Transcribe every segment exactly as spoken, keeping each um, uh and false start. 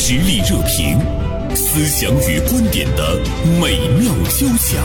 实力热评，思想与观点的美妙交响。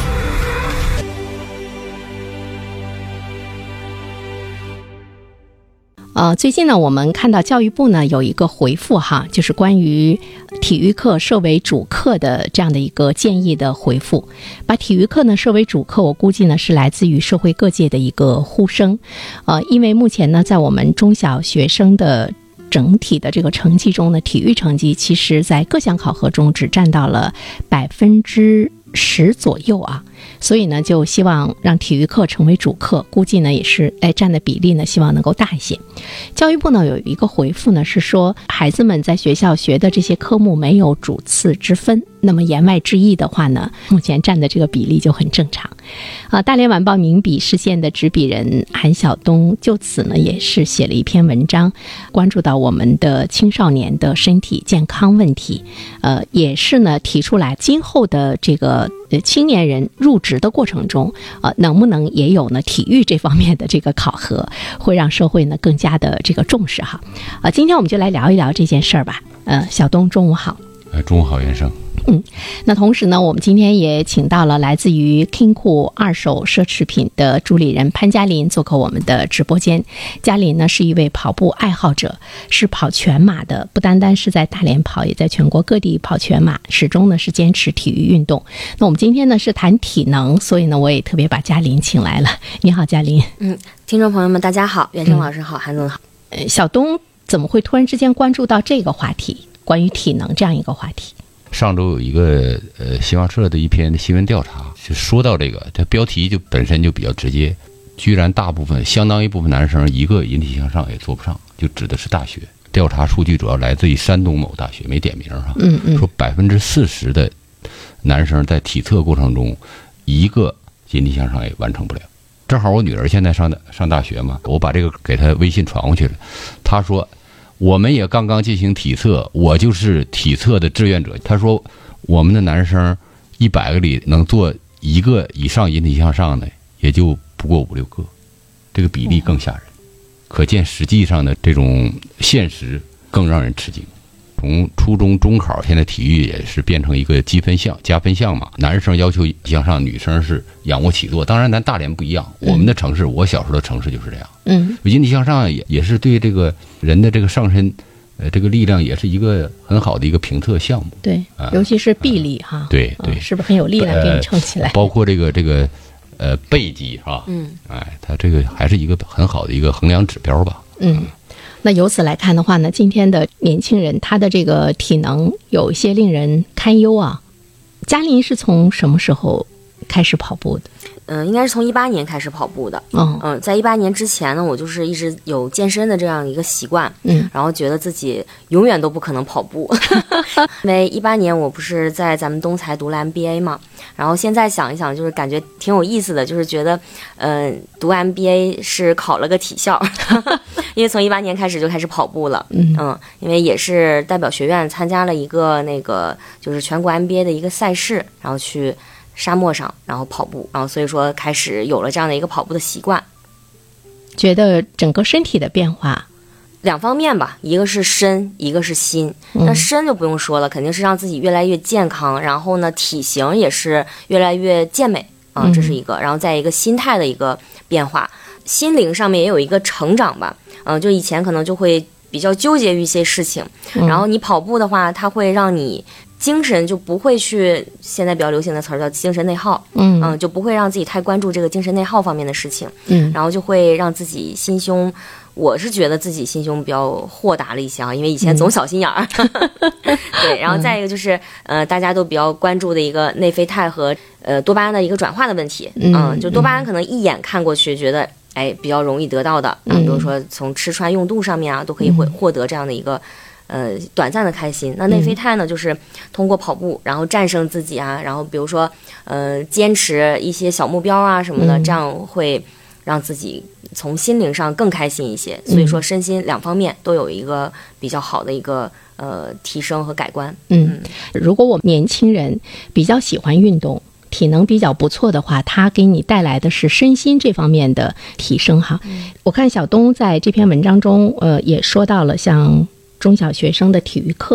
呃，最近呢，我们看到教育部呢有一个回复哈，就是关于体育课设为主课的这样的一个建议的回复。把体育课呢设为主课，我估计呢是来自于社会各界的一个呼声。呃，因为目前呢，在我们中小学生的整体的这个成绩中呢，体育成绩其实在各项考核中只占到了百分之十左右啊。所以呢，就希望让体育课成为主课，估计呢也是哎占的比例呢，希望能够大一些。教育部呢有一个回复呢，是说孩子们在学校学的这些科目没有主次之分，那么言外之意的话呢，目前占的这个比例就很正常。啊，大连晚报名笔视线的执笔人韩晓东就此呢也是写了一篇文章，关注到我们的青少年的身体健康问题，呃，也是呢提出来今后的这个呃青年人入职的过程中，呃，能不能也有呢体育这方面的这个考核，会让社会呢更加的这个重视哈。呃，今天我们就来聊一聊这件事儿吧。呃，小东中午好。 呃，中午好，袁生。 嗯，那同时呢，我们今天也请到了来自于 King 库二手奢侈品的主理人潘嘉林做客我们的直播间。嘉林呢是一位跑步爱好者，是跑全马的，不单单是在大连跑，也在全国各地跑全马，始终呢是坚持体育运动。那我们今天呢是谈体能，所以呢我也特别把嘉林请来了。你好，嘉林。 嗯，听众朋友们大家好，袁生老师好，韩总好。 呃，小东怎么会突然之间关注到这个话题，关于体能这样一个话题？ 上周有一个呃新华社的一篇新闻调查，就说到这个，它标题就本身就比较直接，居然大部分相当一部分男生一个引体向上也做不上，就指的是大学。调查数据主要来自于山东某大学，没点名哈。 嗯嗯。 说百分之四十的男生在体测过程中一个引体向上也完成不了。正好我女儿现在上的上大学嘛，我把这个给她微信传过去了，她说。我们也刚刚进行体测，我就是体测的志愿者。他说，我们的男生一百个里能做一个以上引体向上的，也就不过五六个，这个比例更吓人。可见实际上的这种现实更让人吃惊。从初中中考，现在体育也是变成一个积分项、加分项嘛。男生要求向上，女生是仰卧起坐。当然，咱大连不一样，我们的城市，我小时候的城市就是这样。 嗯， 引体向上也也是对这个人的这个上身，呃，这个力量也是一个很好的一个评测项目。 对， 啊、 尤其是臂力哈。 啊、对对、 啊，是不是很有力量给你撑起来？ 呃、包括这个这个呃背肌是吧？ 嗯， 哎，它这个还是一个很好的一个衡量指标吧。 嗯。那由此来看的话呢，今天的年轻人他的这个体能有一些令人堪忧啊。嘉林是从什么时候开始跑步的？ 嗯、呃，应该是从一八年开始跑步的。 嗯嗯、呃，在一八年之前呢，我就是一直有健身的这样一个习惯。 嗯， 然后觉得自己永远都不可能跑步，因为一八年我不是在咱们东财读了 M B A 嘛，然后现在想一想，就是感觉挺有意思的，就是觉得，嗯、呃，读 M B A 是考了个体校，因为从一八年开始就开始跑步了。 嗯嗯，因为也是代表学院参加了一个那个就是全国 M B A 的一个赛事，然后去沙漠上，然后跑步，然后所以说开始有了这样的一个跑步的习惯。 觉得整个身体的变化， 两方面吧，一个是身，一个是心。那身就不用说了，肯定是让自己越来越健康，然后呢，体型也是越来越健美啊、呃，这是一个。然后再一个心态的一个变化，心灵上面也有一个成长吧。嗯、呃，就以前可能就会比较纠结于一些事情，然后你跑步的话，它会让你精神就不会去，现在比较流行的词儿叫精神内耗， 嗯嗯，就不会让自己太关注这个精神内耗方面的事情， 嗯， 然后就会让自己心胸，我是觉得自己心胸比较豁达了一些啊，因为以前总小心眼儿，嗯、对，然后再一个就是呃，大家都比较关注的一个内啡肽和呃多巴胺的一个转化的问题，嗯，嗯就多巴胺可能一眼看过去觉得哎比较容易得到的，啊，比如说从吃穿用度上面啊，都可以会获得这样的一个。呃，短暂的开心。那内啡肽呢，就是通过跑步，然后战胜自己啊，然后比如说，呃，坚持一些小目标啊什么的，这样会让自己从心灵上更开心一些。所以说，身心两方面都有一个比较好的一个呃提升和改观。 嗯，如果我们年轻人比较喜欢运动，体能比较不错的话，它给你带来的是身心这方面的提升哈。嗯、我看小东在这篇文章中，呃，也说到了像中小学生的体育课，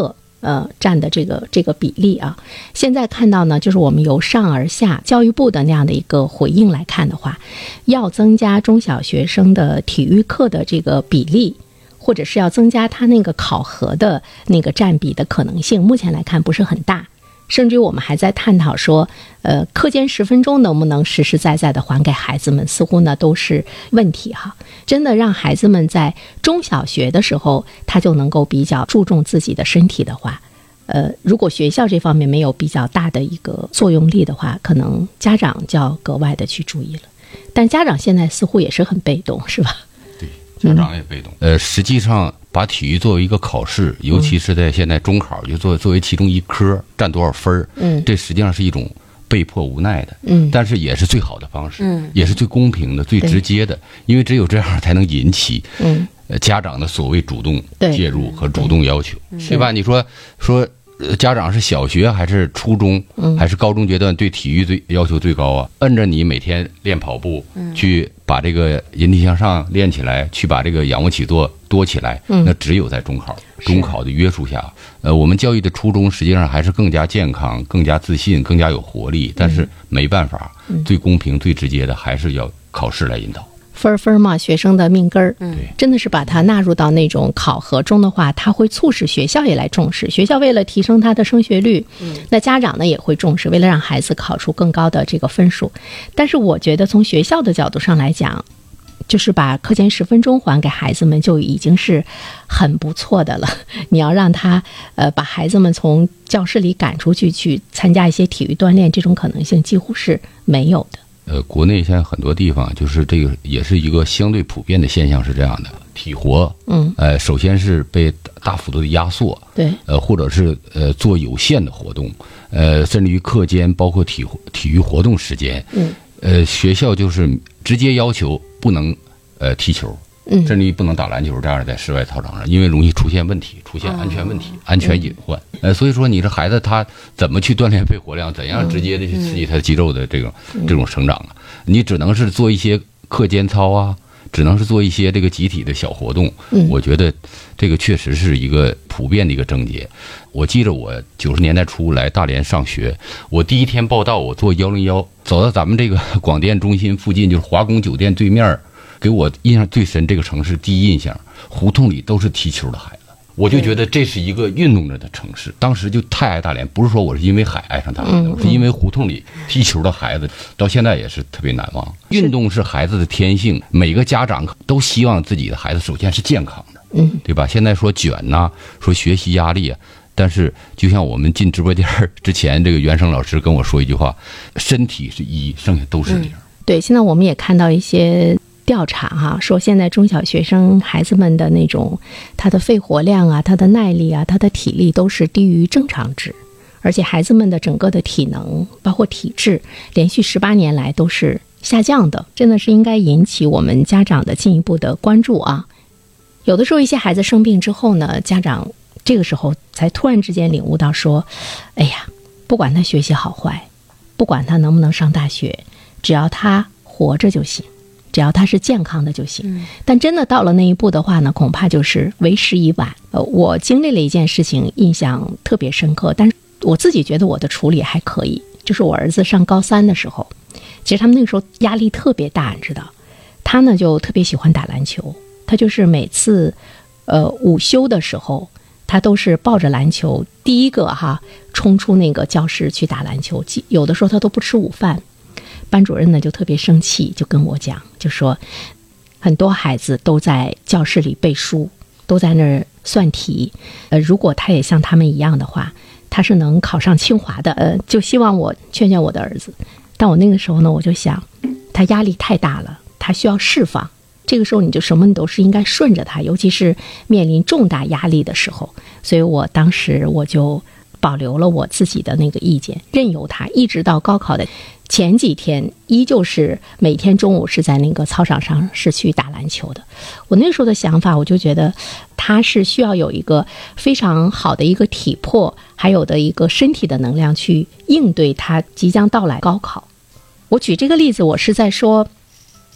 呃占的这个这个比例啊。现在看到呢，就是我们由上而下，教育部的那样的一个回应来看的话，要增加中小学生的体育课的这个比例，或者是要增加他那个考核的那个占比的可能性，目前来看不是很大。甚至于我们还在探讨说，呃，课间十分钟能不能实实在在的还给孩子们，似乎呢都是问题哈。真的让孩子们在中小学的时候，他就能够比较注重自己的身体的话，呃，如果学校这方面没有比较大的一个作用力的话，可能家长就要格外的去注意了。但家长现在似乎也是很被动，是吧？ 对，家长也被动。嗯、呃，实际上把体育作为一个考试，尤其是在现在中考，就作作为其中一科占多少分儿，嗯，这实际上是一种被迫无奈的，嗯，但是也是最好的方式，嗯，也是最公平的、最直接的，因为只有这样才能引起，嗯，呃，家长的所谓主动介入和主动要求，对, 对吧？你说说。家长是小学还是初中还是高中阶段对体育最要求最高啊？摁着你每天练跑步，去把这个引体向上练起来，去把这个仰卧起坐多起来，那只有在中考中考的约束下，呃，我们教育的初衷实际上还是更加健康、更加自信、更加有活力，但是没办法，最公平、最直接的还是要考试来引导。 分分嘛，学生的命根儿，嗯，真的是把它纳入到那种考核中的话，它会促使学校也来重视。学校为了提升它的升学率，嗯，那家长呢也会重视，为了让孩子考出更高的这个分数。但是我觉得从学校的角度上来讲，就是把课间十分钟还给孩子们就已经是很不错的了。你要让他呃把孩子们从教室里赶出去去参加一些体育锻炼，这种可能性几乎是没有的。 呃，国内现在很多地方就是这个也是一个相对普遍的现象，是这样的，体活，嗯，呃，首先是被大幅度的压缩，对，呃，或者是呃做有限的活动，呃，甚至于课间包括体体育活动时间，嗯，呃，学校就是直接要求不能呃踢球。嗯，甚至于不能打篮球，这样在室外操场上，因为容易出现问题，出现安全问题、哦、安全隐患。呃，所以说你这孩子他怎么去锻炼肺活量，怎样直接的去刺激他的肌肉的这种、嗯、这种生长啊？你只能是做一些课间操啊，只能是做一些这个集体的小活动。嗯，我觉得这个确实是一个普遍的一个症结。我记着我九十年代初来大连上学，我第一天报到，我坐幺零幺走到咱们这个广电中心附近，就是华工酒店对面。给我印象最深，这个城市第一印象，胡同里都是踢球的孩子，我就觉得这是一个运动着的城市。当时就太爱大连，不是说我是因为海爱上大连的，我是因为胡同里踢球的孩子，到现在也是特别难忘。运动是孩子的天性，每个家长都希望自己的孩子首先是健康的，嗯，对吧？现在说卷呐、啊，说学习压力啊，但是就像我们进直播间之前，这个袁生老师跟我说一句话：身体是一，剩下都是零。嗯、 对，现在我们也看到一些。调查哈、啊，说现在中小学生孩子们的那种他的肺活量啊，他的耐力啊，他的体力都是低于正常值，而且孩子们的整个的体能包括体质连续十八年来都是下降的，真的是应该引起我们家长的进一步的关注啊。有的时候一些孩子生病之后呢，家长这个时候才突然之间领悟到说，哎呀，不管他学习好坏，不管他能不能上大学，只要他活着就行，只要他是健康的就行、嗯、但真的到了那一步的话呢，恐怕就是为时已晚。呃，我经历了一件事情印象特别深刻，但是我自己觉得我的处理还可以，就是我儿子上高三的时候，其实他们那个时候压力特别大，你知道，他呢就特别喜欢打篮球，他就是每次呃午休的时候，他都是抱着篮球第一个哈冲出那个教室去打篮球，有的时候他都不吃午饭。班主任呢就特别生气，就跟我讲，就说很多孩子都在教室里背书，都在那儿算题，呃，如果他也像他们一样的话，他是能考上清华的。呃，就希望我劝劝我的儿子。但我那个时候呢，我就想，他压力太大了，他需要释放。这个时候你就什么你都是应该顺着他，尤其是面临重大压力的时候。所以我当时我就保留了我自己的那个意见，任由他一直到高考的前几天依旧是每天中午是在那个操场上是去打篮球的。我那时候的想法，我就觉得他是需要有一个非常好的一个体魄，还有的一个身体的能量去应对他即将到来高考。我举这个例子，我是在说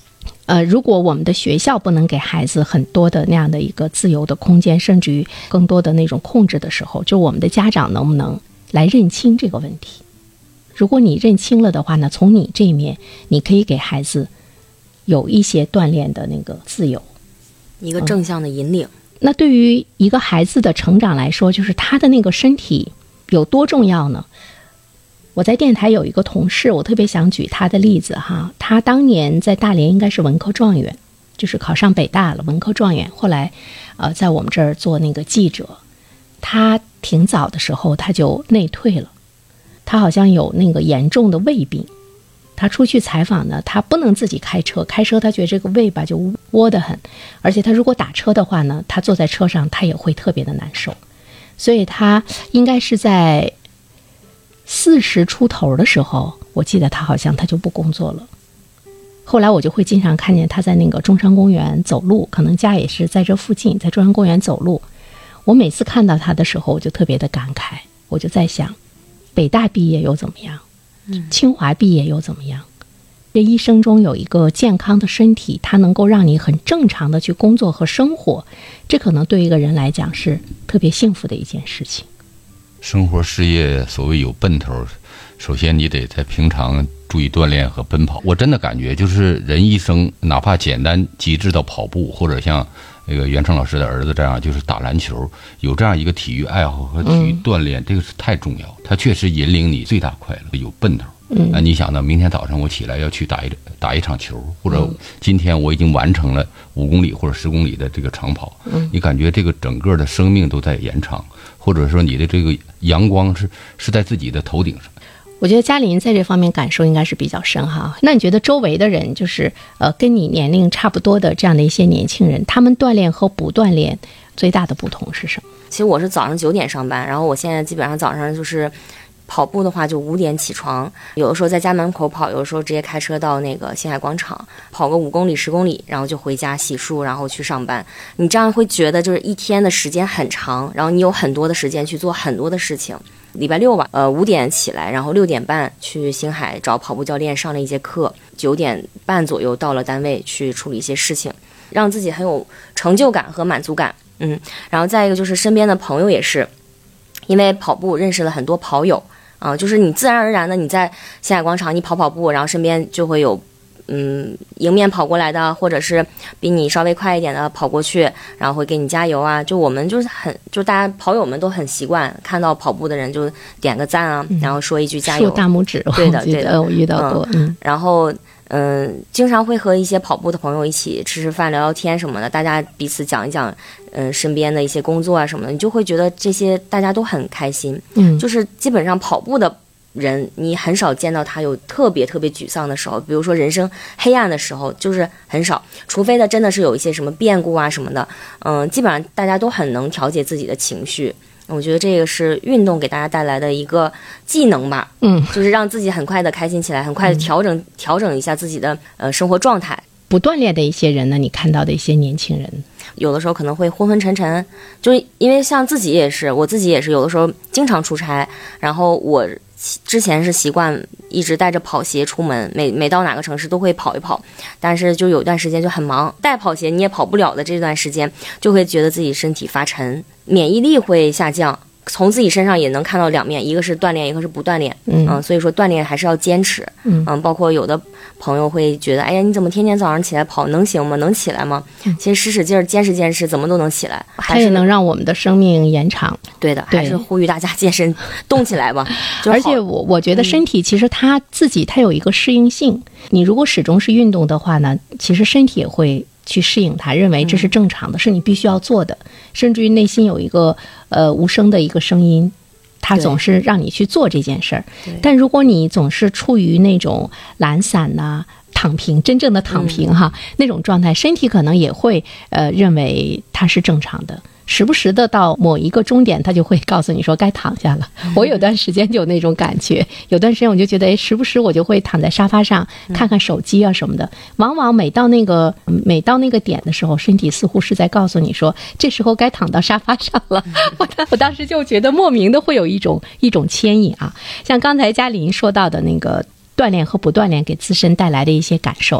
呃，如果我们的学校不能给孩子很多的那样的一个自由的空间，甚至于更多的那种控制的时候，就我们的家长能不能来认清这个问题？如果你认清了的话呢，从你这一面，你可以给孩子有一些锻炼的那个自由， 一个正向的引领。 嗯、那对于一个孩子的成长来说，就是他的那个身体有多重要呢？我在电台有一个同事，我特别想举他的例子哈。他当年在大连应该是文科状元，就是考上北大了，文科状元。后来，呃，在我们这儿做那个记者。他挺早的时候他就内退了，他好像有那个严重的胃病。他出去采访呢，他不能自己开车，开车他觉得这个胃吧就窝得很，而且他如果打车的话呢，他坐在车上他也会特别的难受。所以他应该是在四十出头的时候，我记得他好像他就不工作了。后来我就会经常看见他在那个中山公园走路，可能家也是在这附近，在中山公园走路。我每次看到他的时候，我就特别的感慨，我就在想，北大毕业又怎么样？清华毕业又怎么样？这一生中有一个健康的身体，它能够让你很正常的去工作和生活，这可能对一个人来讲是特别幸福的一件事情。 生活事业所谓有奔头，首先你得在平常注意锻炼和奔跑。我真的感觉就是人一生哪怕简单极致到跑步，或者像那个袁成老师的儿子这样就是打篮球，有这样一个体育爱好和体育锻炼、嗯、这个是太重要，它确实引领你最大快乐，有奔头。嗯，那你想呢？明天早上我起来要去打一打一场球，或者今天我已经完成了五公里或者十公里的这个长跑，嗯，你感觉这个整个的生命都在延长，或者说你的这个阳光是是在自己的头顶上。 我觉得嘉林在这方面感受应该是比较深哈。那你觉得周围的人，就是呃跟你年龄差不多的这样的一些年轻人，他们锻炼和不锻炼最大的不同是什么？ 其实我是早上九点上班，然后我现在基本上早上就是跑步的话就五点起床，有的时候在家门口跑，有的时候直接开车到那个星海广场跑个五公里十公里，然后就回家洗漱，然后去上班。你这样会觉得就是一天的时间很长，然后你有很多的时间去做很多的事情。礼拜六吧，呃，五点起来，然后六点半去星海找跑步教练上了一节课，九点半左右到了单位去处理一些事情，让自己很有成就感和满足感。嗯，然后再一个就是身边的朋友也是，因为跑步认识了很多跑友啊、呃，就是你自然而然的你在星海广场你跑跑步，然后身边就会有嗯，迎面跑过来的，或者是比你稍微快一点的跑过去，然后会给你加油啊。就我们就是很，就大家跑友们都很习惯看到跑步的人就点个赞啊，嗯、然后说一句加油， 竖大拇指。 对的，对的， 我遇到过。 嗯，嗯然后嗯、呃，经常会和一些跑步的朋友一起吃吃饭、聊聊天什么的，大家彼此讲一讲嗯、呃、身边的一些工作啊什么的，你就会觉得这些大家都很开心。嗯，就是基本上跑步的人你很少见到他有特别特别沮丧的时候，比如说人生黑暗的时候，就是很少，除非他真的是有一些什么变故啊什么的，嗯，基本上大家都很能调节自己的情绪。我觉得这个是运动给大家带来的一个技能吧，嗯，就是让自己很快的开心起来，很快的调整、嗯、调整一下自己的呃生活状态。 不锻炼的一些人呢，你看到的一些年轻人， 有的时候可能会昏昏沉沉，就是因为像自己也是，我自己也是，有的时候经常出差，然后我之前是习惯一直带着跑鞋出门，每每到哪个城市都会跑一跑，但是就有一段时间就很忙，带跑鞋你也跑不了的这段时间，就会觉得自己身体发沉，免疫力会下降。从自己身上也能看到两面，一个是锻炼，一个是不锻炼。嗯、呃，所以说锻炼还是要坚持。嗯、呃，包括有的朋友会觉得，哎呀，你怎么天天早上起来跑，能行吗？能起来吗？嗯、其实使使劲儿，坚持坚持，怎么都能起来。 它也能让我们的生命延长。 对的，还是呼吁大家健身，动起来吧。 而且我我觉得身体其实它自己它有一个适应性，嗯、你如果始终是运动的话呢，其实身体也会去适应它，认为这是正常的，嗯、是你必须要做的，甚至于内心有一个呃无声的一个声音，它总是让你去做这件事儿。但如果你总是处于那种懒散呐、啊、躺平，真正的躺平哈、嗯、那种状态，身体可能也会呃认为它是正常的。时不时的到某一个终点，他就会告诉你说该躺下了。我有段时间就有那种感觉，有段时间我就觉得，哎，时不时我就会躺在沙发上看看手机啊什么的。往往每到那个每到那个点的时候，身体似乎是在告诉你说，这时候该躺到沙发上了。我我当时就觉得莫名的会有一种一种牵引啊。像刚才嘉玲说到的那个锻炼和不锻炼给自身带来的一些感受。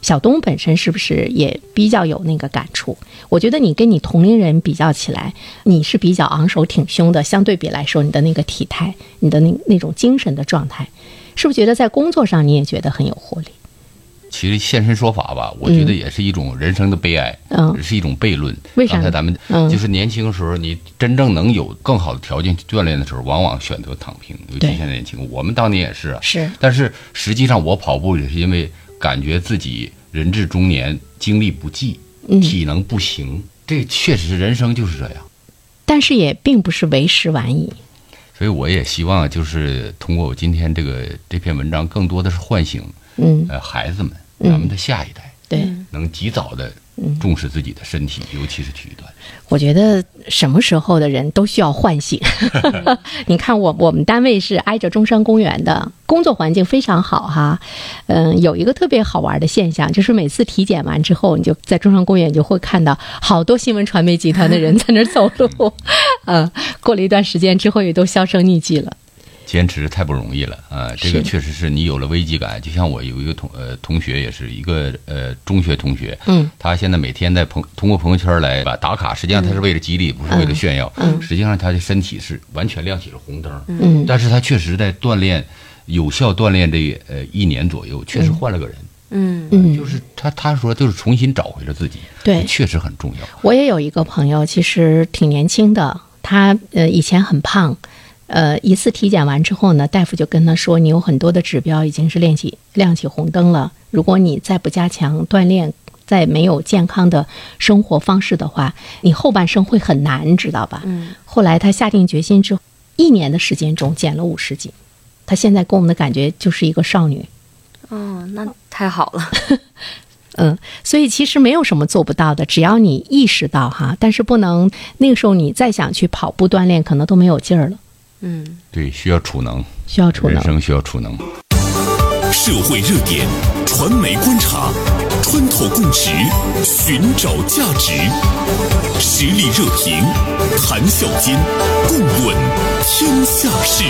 小东本身是不是也比较有那个感触？我觉得你跟你同龄人比较起来，你是比较昂首挺胸的，相对比来说，你的那个体态，你的那那种精神的状态，是不是觉得在工作上你也觉得很有活力？ 其实现身说法吧，我觉得也是一种人生的悲哀，嗯，是一种悖论。 为啥？ 刚才咱们就是年轻的时候，你真正能有更好的条件去锻炼的时候，往往选择躺平。尤其现在年轻，我们当年也是啊。 是。 但是实际上，我跑步也是因为感觉自己人至中年，精力不济，体能不行，嗯、这确实是人生就是这样。 但是也并不是为时晚矣。 所以我也希望，就是通过我今天这个这篇文章，更多的是唤醒， 嗯， 呃，孩子们。咱们的下一代， 对， 能及早的重视自己的身体，嗯、尤其是体育锻炼。 我觉得什么时候的人都需要唤醒。你看我我们单位是挨着中山公园的，工作环境非常好哈。嗯，有一个特别好玩的现象，就是每次体检完之后，你就在中山公园，你就会看到好多新闻传媒集团的人在那儿走路。嗯，过了一段时间之后，也都销声匿迹了。 坚持太不容易了啊、呃！这个确实是你有了危机感，就像我有一个同呃同学，也是一个呃中学同学， 嗯， 他现在每天在朋通过朋友圈来把打卡，实际上他是为了激励，嗯、不是为了炫耀， 嗯， 实际上他的身体是完全亮起了红灯， 嗯， 但是他确实在锻炼，有效锻炼这呃一年左右，确实换了个人， 嗯嗯，就是他他说就是重新找回了自己， 对， 确实很重要。 我也有一个朋友，其实挺年轻的，他呃以前很胖。呃，一次体检完之后呢，大夫就跟他说，你有很多的指标已经是亮起亮起红灯了。如果你再不加强锻炼，再没有健康的生活方式的话，你后半生会很难，知道吧？ 嗯。后来他下定决心之后，一年的时间中减了五十斤，他现在给我们的感觉就是一个少女。 哦，那太好了。 嗯，所以其实没有什么做不到的，只要你意识到哈，但是不能那个时候你再想去跑步锻炼，可能都没有劲儿了。 嗯， 对，需要储能， 需要储能， 人生需要储能。 社会热点，传媒观察，穿透共识，寻找价值，实力热评，谈笑间，共论天下事。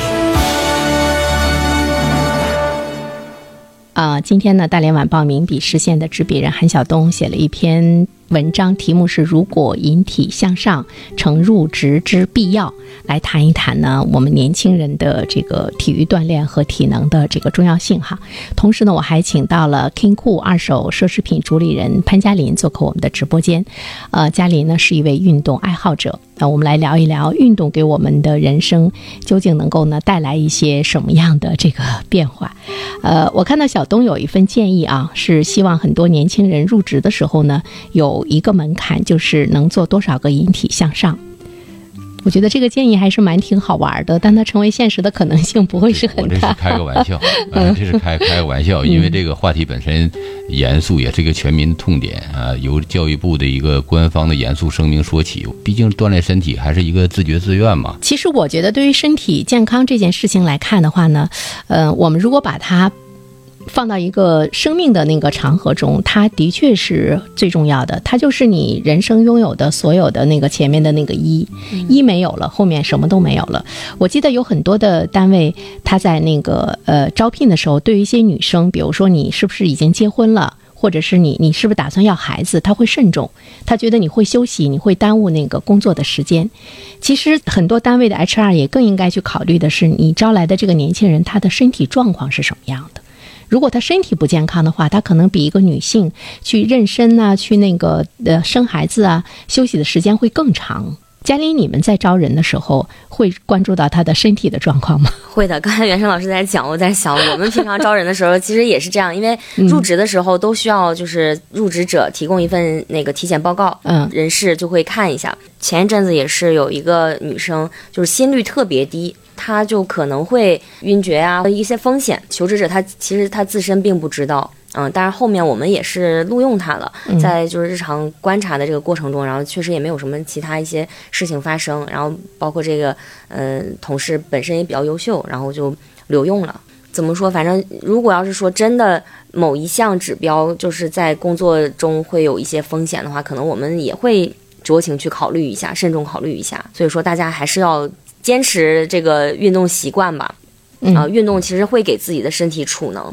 啊、呃，今天呢，大连晚报名笔视线的执笔人韩晓东写了一篇文章，题目是《如果引体向上成入职之必要》，来谈一谈呢我们年轻人的这个体育锻炼和体能的这个重要性哈。同时呢，我还请到了 King Cool 二手奢侈品主理人潘嘉林做客我们的直播间。呃，嘉林呢是一位运动爱好者，那我们来聊一聊运动给我们的人生究竟能够呢带来一些什么样的这个变化。呃，我看到小东有一份建议啊，是希望很多年轻人入职的时候呢，有一个门槛，就是能做多少个引体向上。我觉得这个建议还是蛮挺好玩的，但它成为现实的可能性不会是很大。 我这是开个玩笑，呃、这是开开个玩笑，因为这个话题本身严肃，也是一个全民痛点啊。由教育部的一个官方的严肃声明说起，毕竟锻炼身体还是一个自觉自愿嘛。 其实我觉得，对于身体健康这件事情来看的话呢，呃，我们如果把它放到一个生命的那个长河中，它的确是最重要的，它就是你人生拥有的所有的那个前面的那个一、嗯、一没有了，后面什么都没有了。我记得有很多的单位，他在那个呃招聘的时候，对于一些女生，比如说你是不是已经结婚了，或者是你你是不是打算要孩子，他会慎重，他觉得你会休息，你会耽误那个工作的时间。其实很多单位的 H R 也更应该去考虑的是，你招来的这个年轻人，他的身体状况是什么样的。如果她身体不健康的话，她可能比一个女性去妊娠啊，去那个呃生孩子啊，休息的时间会更长。嘉玲，你们在招人的时候会关注到她的身体的状况吗？ 会的。刚才袁生老师在讲，我在想，我们平常招人的时候其实也是这样，因为入职的时候都需要就是入职者提供一份那个体检报告， 嗯， 人事就会看一下。前一阵子也是有一个女生，就是心率特别低，他就可能会晕厥啊，一些风险，求职者他其实他自身并不知道，嗯，但是后面我们也是录用他了，在就是日常观察的这个过程中，然后确实也没有什么其他一些事情发生，然后包括这个呃同事本身也比较优秀，然后就留用了。怎么说，反正如果要是说真的某一项指标就是在工作中会有一些风险的话，可能我们也会酌情去考虑一下，慎重考虑一下。所以说大家还是要坚持这个运动习惯吧。啊、呃，运动其实会给自己的身体储能，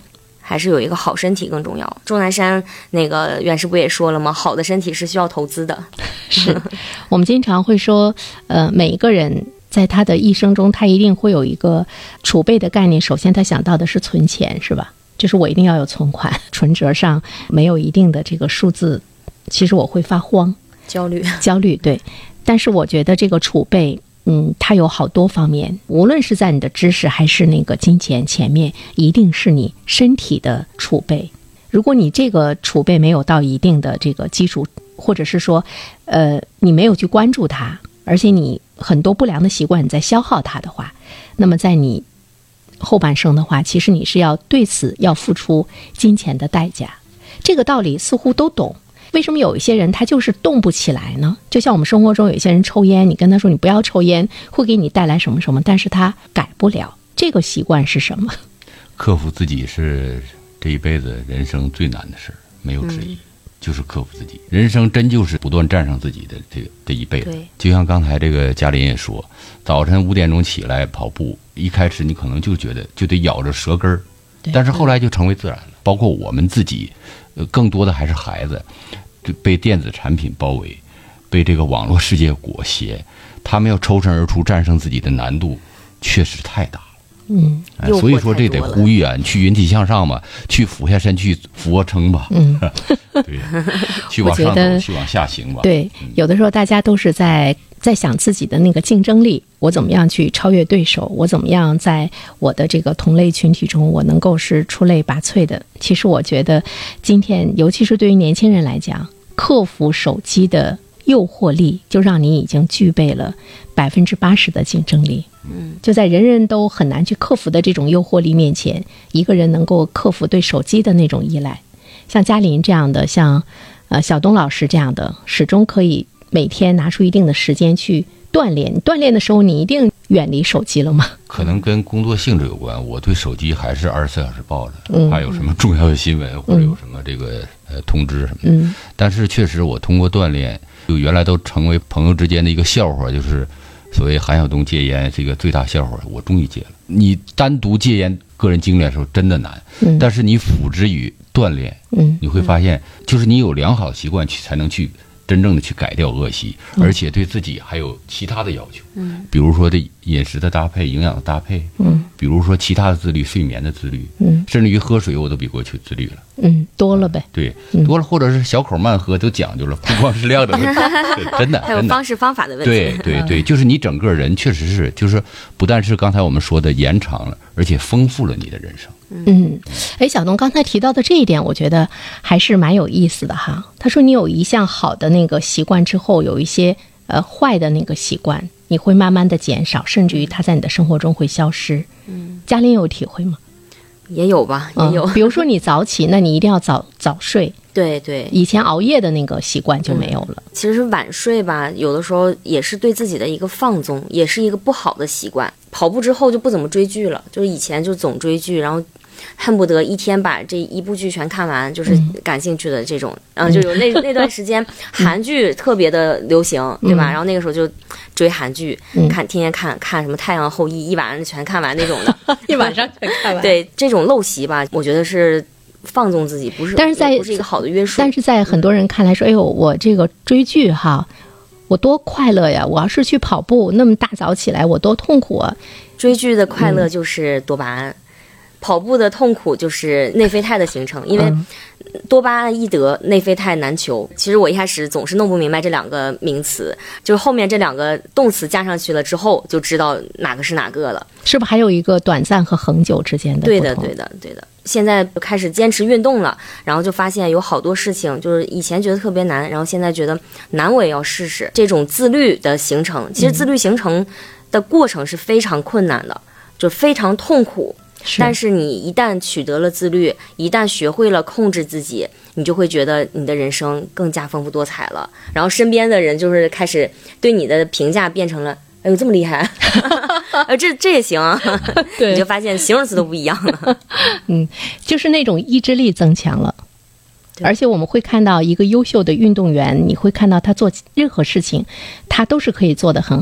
还是有一个好身体更重要。钟南山那个院士不也说了吗？好的身体是需要投资的。 是，我们经常会说，呃，每一个人在他的一生中，他一定会有一个储备的概念。首先，他想到的是存钱，是吧？就是我一定要有存款，存折上没有一定的这个数字，其实我会发慌、 焦虑、 焦虑。对，但是我觉得这个储备，嗯，它有好多方面，无论是在你的知识还是那个金钱前面，一定是你身体的储备。如果你这个储备没有到一定的这个基础，或者是说，呃，你没有去关注它，而且你很多不良的习惯你在消耗它的话，那么在你后半生的话，其实你是要对此要付出金钱的代价。这个道理似乎都懂，为什么有一些人他就是动不起来呢？就像我们生活中有一些人抽烟，你跟他说你不要抽烟，会给你带来什么什么，但是他改不了。这个习惯是什么？ 克服自己是这一辈子人生最难的事，没有之一。嗯，就是克服自己，人生真就是不断战胜自己的这个这一辈子。就像刚才这个嘉林也说，早晨五点钟起来跑步，一开始你可能就觉得就得咬着舌根儿，但是后来就成为自然了。包括我们自己，呃，更多的还是孩子，就被电子产品包围，被这个网络世界裹挟，他们要抽身而出战胜自己的难度确实太大了。 嗯， 哎，所以说这得呼吁啊，你去引体向上吧，去俯下身去俯卧撑吧， 嗯， 对，去往上走，去往下行吧。 对，嗯，有的时候大家都是在在想自己的那个竞争力，我怎么样去超越对手，我怎么样在我的这个同类群体中，我能够是出类拔萃的。其实我觉得，今天尤其是对于年轻人来讲，克服手机的诱惑力，就让你已经具备了百分之八十的竞争力。嗯，就在人人都很难去克服的这种诱惑力面前，一个人能够克服对手机的那种依赖，像嘉林这样的，像呃小东老师这样的，始终可以每天拿出一定的时间去锻炼。锻炼的时候，你一定远离手机了吗？ 可能跟工作性质有关，我对手机还是二十四小时抱着，嗯，还有什么重要的新闻，嗯，或者有什么这个呃通知什么的。嗯，但是确实我通过锻炼，就原来都成为朋友之间的一个笑话，就是所谓韩晓东戒烟这个最大笑话，我终于戒了。你单独戒烟个人经历的时候真的难，嗯，但是你辅之于锻炼，嗯，你会发现就是你有良好的习惯去才能去真正的去改掉恶习，而且对自己还有其他的要求，嗯，比如说这饮食的搭配、营养的搭配，嗯，比如说其他的自律、睡眠的自律，嗯，甚至于喝水我都比过去自律了， 嗯，多了呗， 对，多了，或者是小口慢喝都讲究了，不光是量的问题，真的， 还有方式方法的问题， 对对对，就是你整个人确实是，就是不但是刚才我们说的延长了，而且丰富了你的人生。 嗯，哎，小东刚才提到的这一点，我觉得还是蛮有意思的哈。他说你有一项好的那个习惯之后，有一些呃坏的那个习惯，你会慢慢的减少，甚至于它在你的生活中会消失。嗯，嘉林有体会吗？ 也有吧，也有。 嗯，比如说你早起，那你一定要早早睡。 对对， 以前熬夜的那个习惯就没有了。 嗯，其实晚睡吧，有的时候也是对自己的一个放纵，也是一个不好的习惯。跑步之后就不怎么追剧了，就是以前就总追剧，然后恨不得一天把这一部剧全看完，就是感兴趣的这种。然后就有那那段时间韩剧特别的流行，对吧？然后那个时候就追韩剧，看天天看看什么《太阳后裔》，一晚上全看完那种的， 一晚上全看完。 对，这种陋习吧，我觉得是放纵自己，不是， 但是在不是一个好的约束。 但是在很多人看来说，哎呦，我这个追剧哈，我多快乐呀！我要是去跑步，那么大早起来，我多痛苦啊！ 追剧的快乐就是多巴胺，嗯，跑步的痛苦就是内啡肽的形成，因为多巴胺易得，内啡肽难求。其实我一开始总是弄不明白这两个名词，就是后面这两个动词加上去了之后，就知道哪个是哪个了。 是不是还有一个短暂和恒久之间的不同？ 对的，对的，对的。现在开始坚持运动了，然后就发现有好多事情，就是以前觉得特别难，然后现在觉得难我也要试试。这种自律的形成，其实自律形成的过程是非常困难的，就非常痛苦。但是你一旦取得了自律，一旦学会了控制自己，你就会觉得你的人生更加丰富多彩了。然后身边的人就是开始对你的评价变成了，哎呦这么厉害，呃这这也行啊，你就发现形容词都不一样了。 嗯，就是那种意志力增强了。而且我们会看到一个优秀的运动员，你会看到他做任何事情他都是可以做得很好，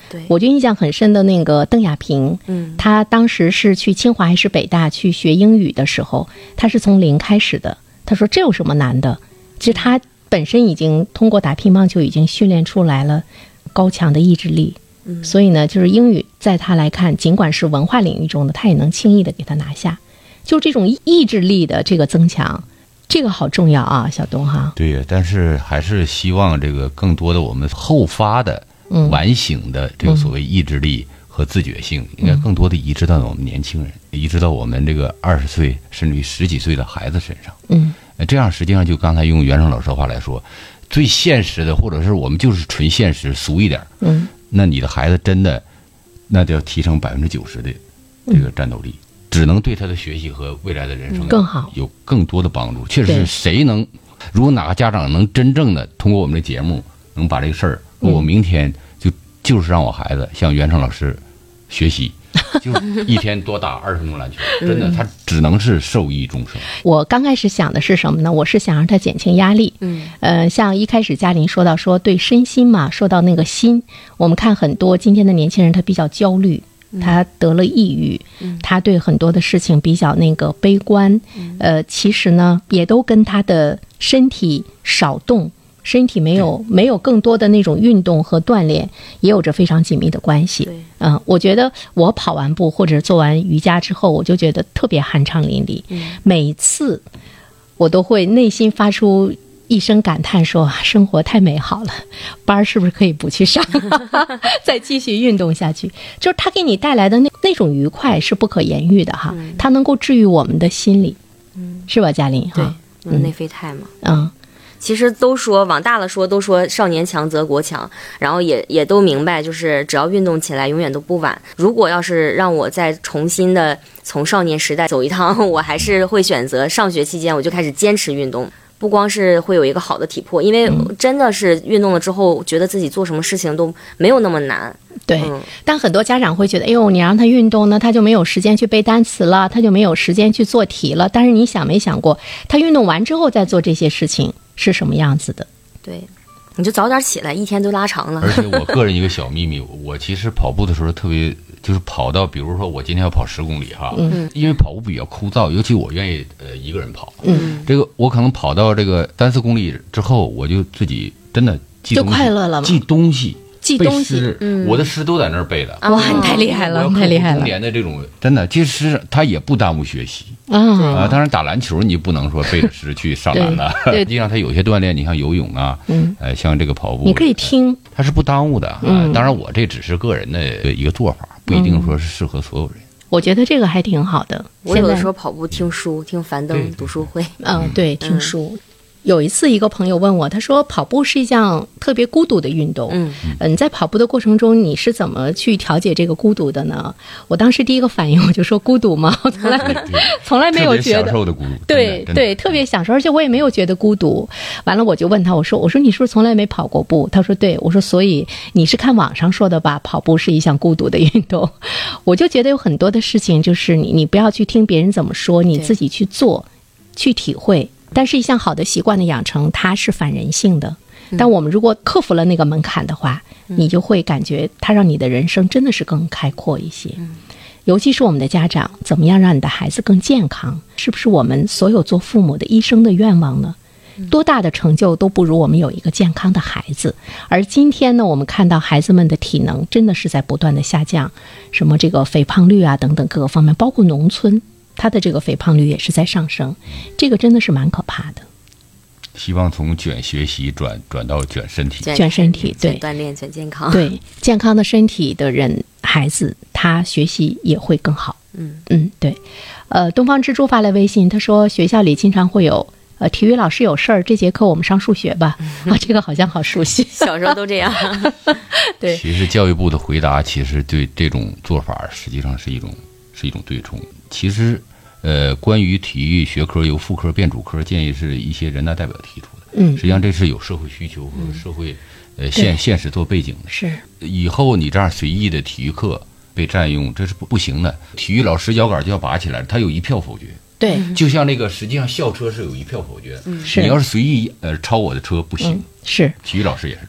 对， 我就印象很深的那个邓亚萍， 嗯， 她当时是去清华还是北大去学英语的时候，她是从零开始的。她说这有什么难的？其实她本身已经通过打乒乓球已经训练出来了高强的意志力。嗯，所以呢，就是英语在她来看，尽管是文化领域中的，她也能轻易的给她拿下。就这种意志力的这个增强，这个好重要啊，小东哈。 对呀，但是还是希望这个更多的我们后发的、完醒的这个所谓意志力和自觉性，应该更多的移植到我们年轻人，移植到我们这个二十岁甚至于十几岁的孩子身上。 嗯， 这样实际上就刚才用袁成老师的话来说，最现实的，或者是我们就是纯现实俗一点， 嗯， 那你的孩子真的那就要提升百分之九十的这个战斗力。只能对他的学习和未来的人生更好， 有更多的帮助。确实是谁能，如果哪个家长能真正的通过我们的节目，能把这个事儿，我明天就就是让我孩子向袁成老师学习，就一天多打二十分钟篮球，真的，他只能是受益终生。 我刚开始想的是什么呢？我是想让他减轻压力。嗯，呃，像一开始嘉玲说到说对身心嘛，说到那个心，我们看很多今天的年轻人他比较焦虑。他得了抑郁，他对很多的事情比较那个悲观，呃，其实呢，也都跟他的身体少动，身体没有没有更多的那种运动和锻炼，也有着非常紧密的关系。嗯、呃，我觉得我跑完步或者做完瑜伽之后，我就觉得特别酣畅淋漓，每一次我都会内心发出一声感叹说，生活太美好了，班儿是不是可以不去上再继续运动下去。就是它给你带来的那那种愉快是不可言喻的哈，嗯、它能够治愈我们的心理，嗯，是吧嘉玲？ 对， 嗯， 内啡肽嘛， 嗯， 其实都说往大了说都说少年强则国强，然后也也都明白，就是只要运动起来永远都不晚。如果要是让我再重新的从少年时代走一趟，我还是会选择上学期间我就开始坚持运动。不光是会有一个好的体魄，因为真的是运动了之后，觉得自己做什么事情都没有那么难。 对， 嗯、 但很多家长会觉得，哎呦，你让他运动呢，他就没有时间去背单词了，他就没有时间去做题了。但是你想没想过，他运动完之后再做这些事情是什么样子的？ 对，你就早点起来，一天都拉长了。 而且我个人一个小秘密，我其实跑步的时候特别。就是跑到，比如说我今天要跑十公里哈，嗯，因为跑步比较枯燥，尤其我愿意呃一个人跑，嗯，这个我可能跑到这个三四公里之后，我就自己真的记东西， 就快乐了吗？ 记东西， 记东西， 嗯，我的诗都在那儿背的。 哇，你太厉害了，太厉害了！ 童年的这种真的，其实它也不耽误学习啊。 啊，当然打篮球你不能说背着诗去上篮了，实际上它有些锻炼，你像游泳啊，嗯，呃，像这个跑步， 你可以听， 它是不耽误的啊。当然我这只是个人的一个做法。不一定说是适合所有人、嗯， 我觉得这个还挺好的。 我有的时候跑步听书，听樊登读书会， 嗯，对，听书。嗯、有一次，一个朋友问我，他说跑步是一项特别孤独的运动。嗯嗯，在跑步的过程中，你是怎么去调节这个孤独的呢？我当时第一个反应我就说孤独吗？我从来从来没有觉得享受的孤独， 对对，特别享受，而且我也没有觉得孤独。完了，我就问他，我说我说你是不是从来没跑过步？他说对。我说所以你是看网上说的吧？跑步是一项孤独的运动。我就觉得有很多的事情，就是你你不要去听别人怎么说，你自己去做，去体会。但是一项好的习惯的养成，它是反人性的。但我们如果克服了那个门槛的话，嗯、你就会感觉它让你的人生真的是更开阔一些。嗯、尤其是我们的家长，怎么样让你的孩子更健康，是不是我们所有做父母的一生的愿望呢？多大的成就都不如我们有一个健康的孩子。而今天呢，我们看到孩子们的体能真的是在不断的下降，什么这个肥胖率啊等等各个方面，包括农村它的这个肥胖率也是在上升，这个真的是蛮可怕的。 希望从卷学习转转到卷身体， 卷身体，对， 锻炼，卷健康， 对，健康的身体的人，孩子他学习也会更好。嗯嗯，对。呃，东方之珠发来微信，他说学校里经常会有呃体育老师有事儿，这节课我们上数学吧。啊，这个好像好熟悉， 小时候都这样。 对， 其实教育部的回答其实对这种做法实际上是一种是一种对冲。其实。呃，关于体育学科由副科变主科，建议是一些人大代表提出的。嗯，实际上这是有社会需求和社会、嗯、呃现现实做背景的。 是， 以后你这样随意的体育课被占用，这是不不行的。体育老师腰杆就要拔起来，他有一票否决。 对， 就像那个实际上校车是有一票否决的。 嗯，是。 你要是随意呃超我的车不行。 嗯、是。 体育老师也是这样一个。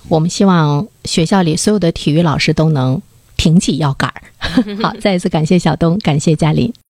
我们希望学校里所有的体育老师都能挺起腰杆儿。好，再一次感谢小东，感谢嘉林。